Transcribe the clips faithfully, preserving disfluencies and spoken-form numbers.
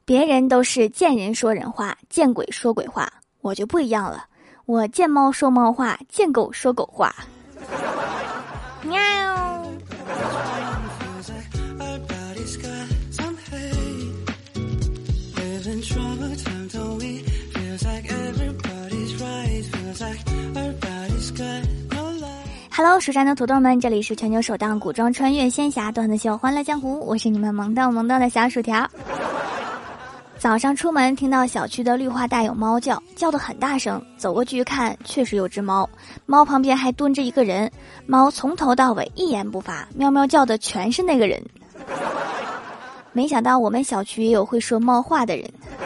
别人都是见人说人话，见鬼说鬼话，我就不一样了，我见猫说猫话，见狗说狗话。喵。Hello， 蜀山的土豆们，这里是全球首档古装穿越仙侠段子秀《欢乐江湖》，我是你们萌逗萌逗的小薯条。早上出门听到小区的绿化带有猫叫，叫得很大声，走过去一看，确实有只猫，猫旁边还蹲着一个人，猫从头到尾一言不发，喵喵叫的全是那个人。没想到我们小区也有会说猫话的人。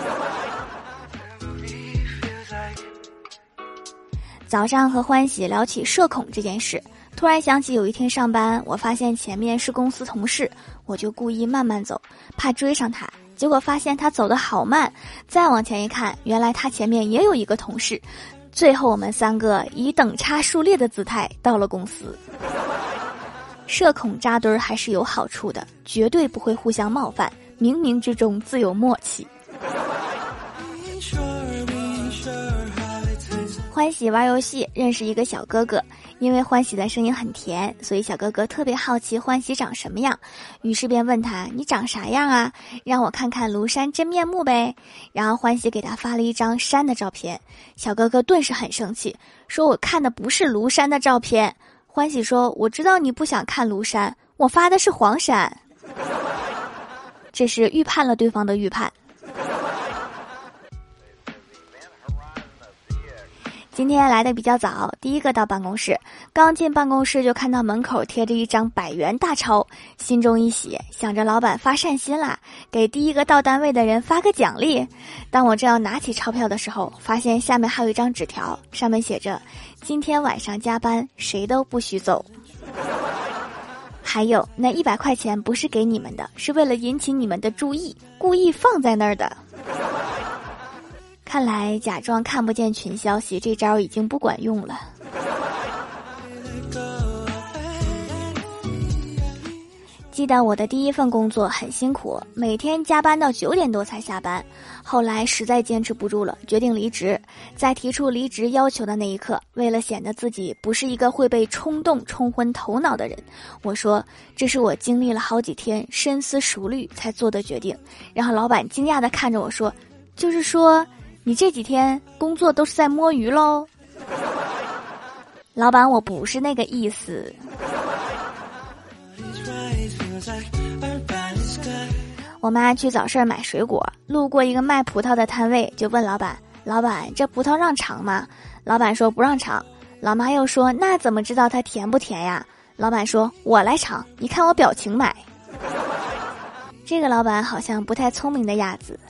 早上和欢喜聊起社恐这件事，突然想起有一天上班，我发现前面是公司同事，我就故意慢慢走，怕追上他，结果发现他走得好慢，再往前一看，原来他前面也有一个同事，最后我们三个以等差数列的姿态到了公司。社恐扎堆还是有好处的，绝对不会互相冒犯，冥冥之中自有默契。欢喜玩游戏认识一个小哥哥，因为欢喜的声音很甜，所以小哥哥特别好奇欢喜长什么样，于是便问他，你长啥样啊？让我看看庐山真面目呗。然后欢喜给他发了一张山的照片，小哥哥顿时很生气，说我看的不是庐山的照片。欢喜说，我知道你不想看庐山，我发的是黄山。这是预判了对方的预判。今天来的比较早，第一个到办公室，刚进办公室就看到门口贴着一张百元大钞，心中一喜，想着老板发善心啦，给第一个到单位的人发个奖励。当我正要拿起钞票的时候，发现下面还有一张纸条，上面写着，今天晚上加班，谁都不许走。还有那一百块钱不是给你们的，是为了引起你们的注意，故意放在那儿的。看来假装看不见群消息这招已经不管用了。记得我的第一份工作很辛苦，每天加班到九点多才下班，后来实在坚持不住了，决定离职。在提出离职要求的那一刻，为了显得自己不是一个会被冲动冲昏头脑的人，我说这是我经历了好几天深思熟虑才做的决定。然后老板惊讶地看着我说，就是说你这几天工作都是在摸鱼喽？老板，我不是那个意思。我妈去早市买水果，路过一个卖葡萄的摊位，就问老板，老板，这葡萄让尝吗？老板说不让尝。老妈又说，那怎么知道它甜不甜呀？老板说，我来尝，你看我表情买。这个老板好像不太聪明的样子。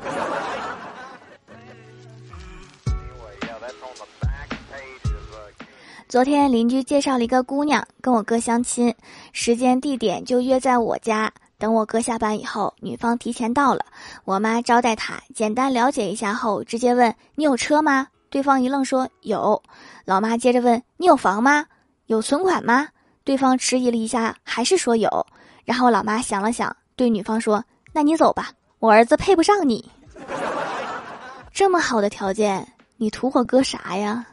昨天邻居介绍了一个姑娘跟我哥相亲，时间地点就约在我家。等我哥下班以后，女方提前到了，我妈招待她，简单了解一下后，直接问，你有车吗？对方一愣说有。老妈接着问，你有房吗？有存款吗？对方迟疑了一下，还是说有。然后老妈想了想，对女方说，那你走吧，我儿子配不上你。这么好的条件，你图我哥啥呀？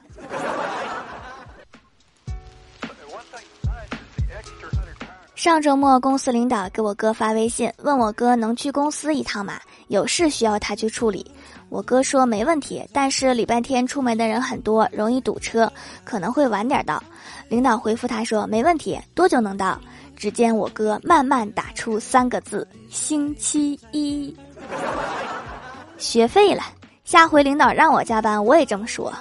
上周末公司领导给我哥发微信，问我哥能去公司一趟吗？有事需要他去处理。我哥说没问题，但是礼拜天出门的人很多，容易堵车，可能会晚点到。领导回复他说没问题，多久能到？只见我哥慢慢打出三个字，星期一。学废了，下回领导让我加班我也这么说。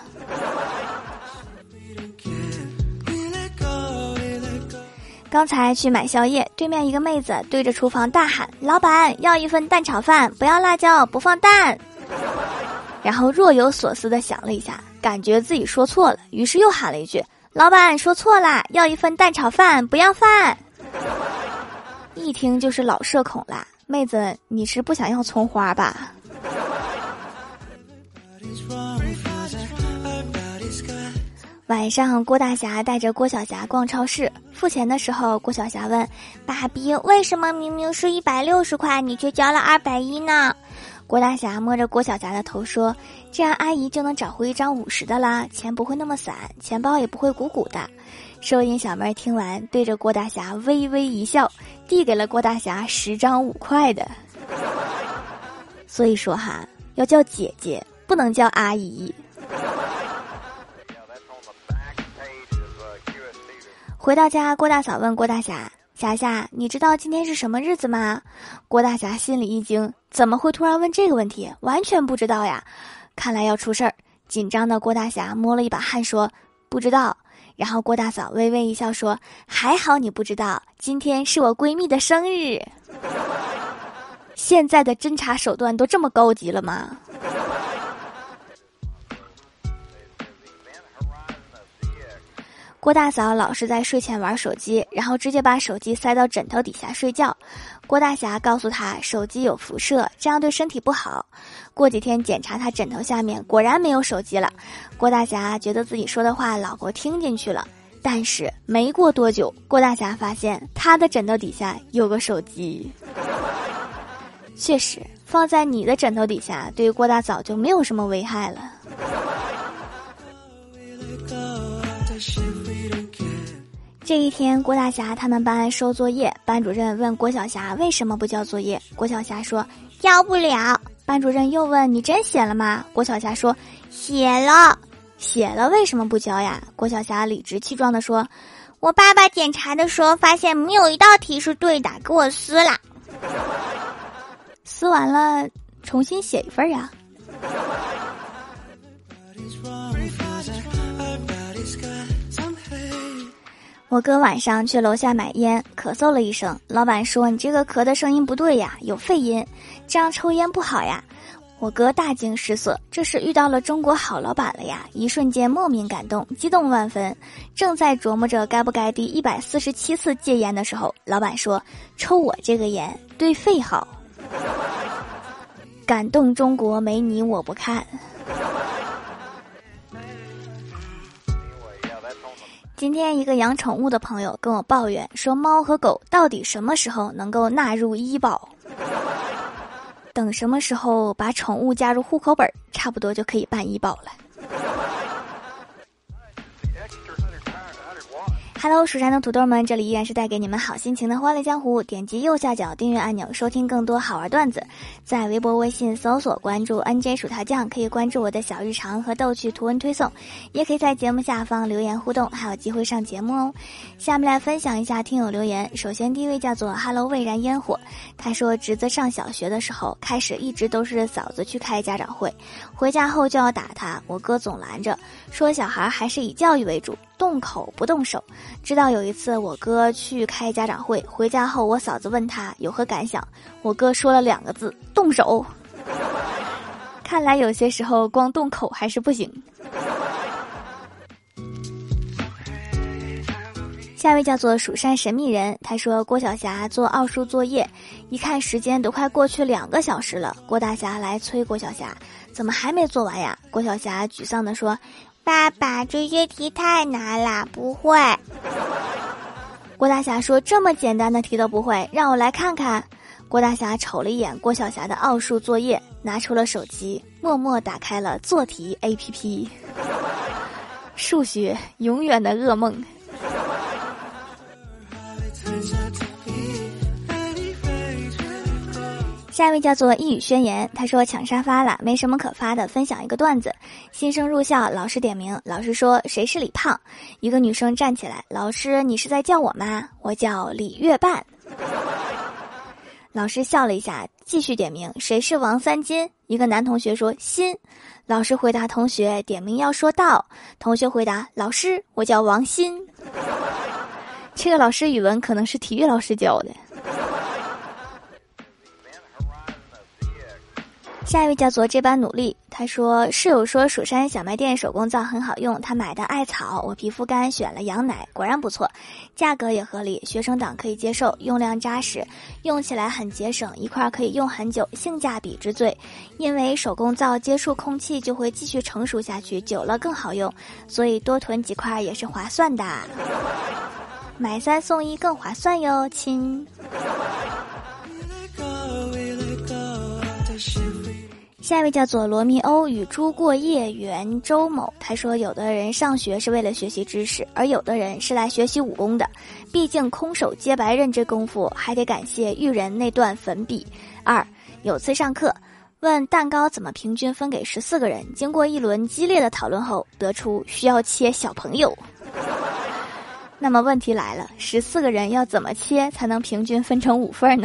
刚才去买宵夜，对面一个妹子对着厨房大喊，老板要一份蛋炒饭，不要辣椒，不放蛋。然后若有所思地想了一下，感觉自己说错了，于是又喊了一句，老板说错啦，要一份蛋炒饭，不要饭。一听就是老社恐啦，妹子你是不想要葱花吧？晚上郭大侠带着郭晓霞逛超市，付钱的时候郭晓霞问，爸比为什么明明是一百六十块你却交了二百一呢？ 郭大侠摸着郭小霞的头说，这样阿姨就能找回一张五十的啦，钱不会那么散，钱包也不会鼓鼓的。收银小妹听完，对着郭大侠微微一笑，递给了郭大侠十张五块的。所以说哈，要叫姐姐，不能叫阿姨。回到家，郭大嫂问郭大侠，霞霞，你知道今天是什么日子吗？郭大侠心里一惊，怎么会突然问这个问题？完全不知道呀，看来要出事儿。紧张的郭大侠摸了一把汗说，不知道。然后郭大嫂微微一笑说，还好你不知道，今天是我闺蜜的生日。现在的侦查手段都这么高级了吗？郭大嫂老是在睡前玩手机，然后直接把手机塞到枕头底下睡觉。郭大侠告诉他，手机有辐射，这样对身体不好。过几天检查他枕头下面，果然没有手机了。郭大侠觉得自己说的话老婆听进去了，但是没过多久，郭大侠发现他的枕头底下有个手机。确实，放在你的枕头底下，对于郭大嫂就没有什么危害了。这一天，郭大侠他们班收作业，班主任问郭小霞为什么不交作业。郭小霞说交不了。班主任又问你真写了吗？郭小霞说写了。写了为什么不交呀？郭小霞理直气壮地说，我爸爸检查的时候发现没有一道题是对的，给我撕了。撕完了重新写一份呀。我哥晚上去楼下买烟，咳嗽了一声，老板说你这个咳的声音不对呀，有肺音，这样抽烟不好呀。我哥大惊失色，这是遇到了中国好老板了呀，一瞬间莫名感动，激动万分。正在琢磨着该不该第一百四十七次戒烟的时候，老板说抽我这个烟对肺好。感动中国没你我不看。今天一个养宠物的朋友跟我抱怨说，猫和狗到底什么时候能够纳入医保？等什么时候把宠物加入户口本，差不多就可以办医保了。Hello， 蜀山的土豆们，这里依然是带给你们好心情的欢乐江湖。点击右下角订阅按钮，收听更多好玩段子。在微博、微信搜索关注 N J 薯条酱，可以关注我的小日常和逗趣图文推送，也可以在节目下方留言互动，还有机会上节目哦。下面来分享一下听友留言。首先第一位叫做 Hello 蔚然烟火，他说侄子上小学的时候，开始一直都是嫂子去开家长会，回家后就要打他，我哥总拦着，说小孩还是以教育为主，动口不动手。直到有一次我哥去开家长会，回家后我嫂子问他有何感想，我哥说了两个字，动手。看来有些时候光动口还是不行。下一位叫做蜀山神秘人，他说郭晓霞做奥数作业，一看时间都快过去两个小时了，郭大侠来催郭晓霞，怎么还没做完呀？郭晓霞沮丧地说，爸爸，这些题太难了，不会。郭大侠说，这么简单的题都不会，让我来看看。郭大侠瞅了一眼郭晓霞的奥数作业，拿出了手机，默默打开了做题 A P P。 数学永远的噩梦。下一位叫做一语宣言，他说抢沙发了，没什么可发的，分享一个段子。新生入校，老师点名，老师说谁是李胖？一个女生站起来，老师你是在叫我吗？我叫李月半。老师笑了一下，继续点名，谁是王三金？一个男同学说辛。老师回答同学点名要说到，同学回答老师我叫王鑫。这个老师语文可能是体育老师教的。下一位叫做这般努力，他说室友说蜀山小卖店手工皂很好用，他买的艾草，我皮肤干选了羊奶，果然不错，价格也合理，学生党可以接受，用量扎实，用起来很节省，一块可以用很久，性价比之最。因为手工皂接触空气就会继续成熟下去，久了更好用，所以多囤几块也是划算的，买三送一更划算哟，亲。 下一位叫做罗密欧与猪过夜圆周某，他说有的人上学是为了学习知识，而有的人是来学习武功的，毕竟空手接白刃这功夫还得感谢育人那段粉笔。二，有次上课问蛋糕怎么平均分给十四个人，经过一轮激烈的讨论后得出需要切小朋友。那么问题来了，十四个人要怎么切才能平均分成五份呢？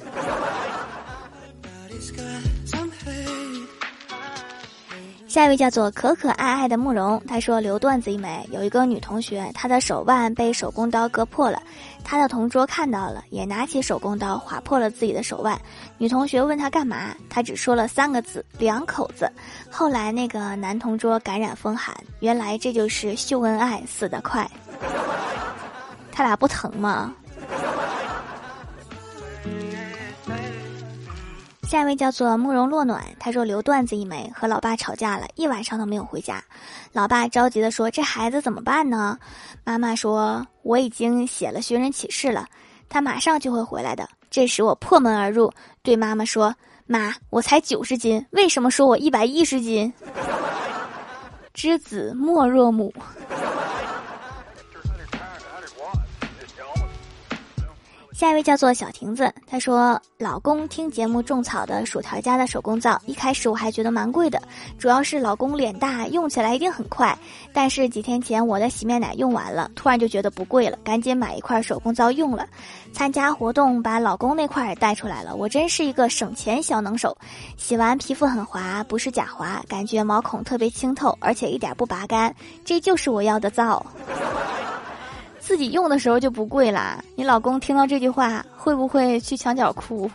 下一位叫做可可爱爱的慕容，他说留段子一枚，有一个女同学，她的手腕被手工刀割破了，她的同桌看到了，也拿起手工刀划破了自己的手腕。女同学问她干嘛，她只说了三个字，两口子。后来那个男同桌感染风寒，原来这就是秀恩爱死得快。他俩不疼吗？下一位叫做慕容落暖，他说留段子一枚，和老爸吵架了，一晚上都没有回家。老爸着急地说，这孩子怎么办呢？妈妈说，我已经写了寻人启事了，他马上就会回来的。这时我破门而入，对妈妈说，妈，我才九十斤，为什么说我一百一十斤？知子莫若母。下一位叫做小亭子，他说老公听节目种草的薯条家的手工皂，一开始我还觉得蛮贵的，主要是老公脸大，用起来一定很快。但是几天前我的洗面奶用完了，突然就觉得不贵了，赶紧买一块手工皂用了。参加活动把老公那块也带出来了，我真是一个省钱小能手。洗完皮肤很滑，不是假滑，感觉毛孔特别清透，而且一点不拔干，这就是我要的皂。自己用的时候就不贵啦，你老公听到这句话会不会去墙角哭？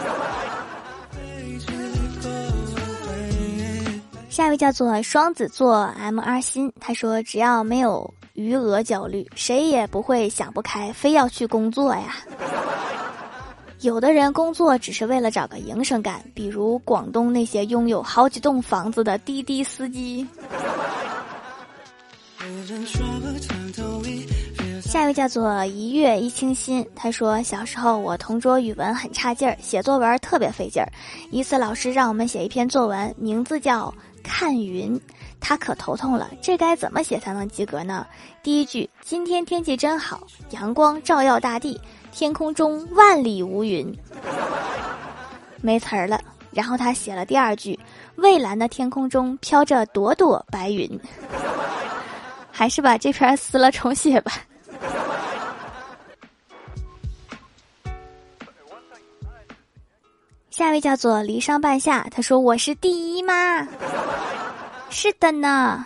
下一位叫做双子座 M R 心，他说只要没有余额焦虑，谁也不会想不开非要去工作呀。有的人工作只是为了找个营生干，比如广东那些拥有好几栋房子的滴滴司机。下一位叫做一月一清新，他说小时候我同桌语文很差劲儿，写作文特别费劲儿。一次老师让我们写一篇作文，名字叫看云，他可头痛了，这该怎么写才能及格呢？第一句，今天天气真好，阳光照耀大地，天空中万里无云，没词儿了。然后他写了第二句，蔚蓝的天空中飘着朵朵白云。还是把这篇撕了重写吧。下一位叫做离殇半夏，他说我是第一吗？是的呢。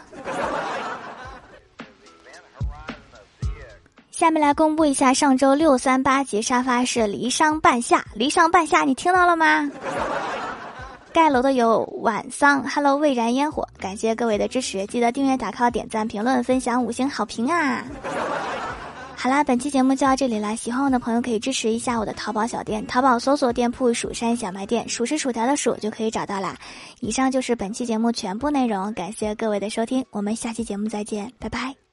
下面来公布一下上周六三八级沙发是离殇半夏，离殇半夏你听到了吗？盖楼的有晚桑 Hello 蔚然烟火，感谢各位的支持，记得订阅打 call 点赞评论分享五星好评啊。好啦，本期节目就到这里啦，喜欢我的朋友可以支持一下我的淘宝小店，淘宝搜索店铺蜀山小卖店，蜀是薯条的蜀就可以找到啦。以上就是本期节目全部内容，感谢各位的收听，我们下期节目再见，拜拜。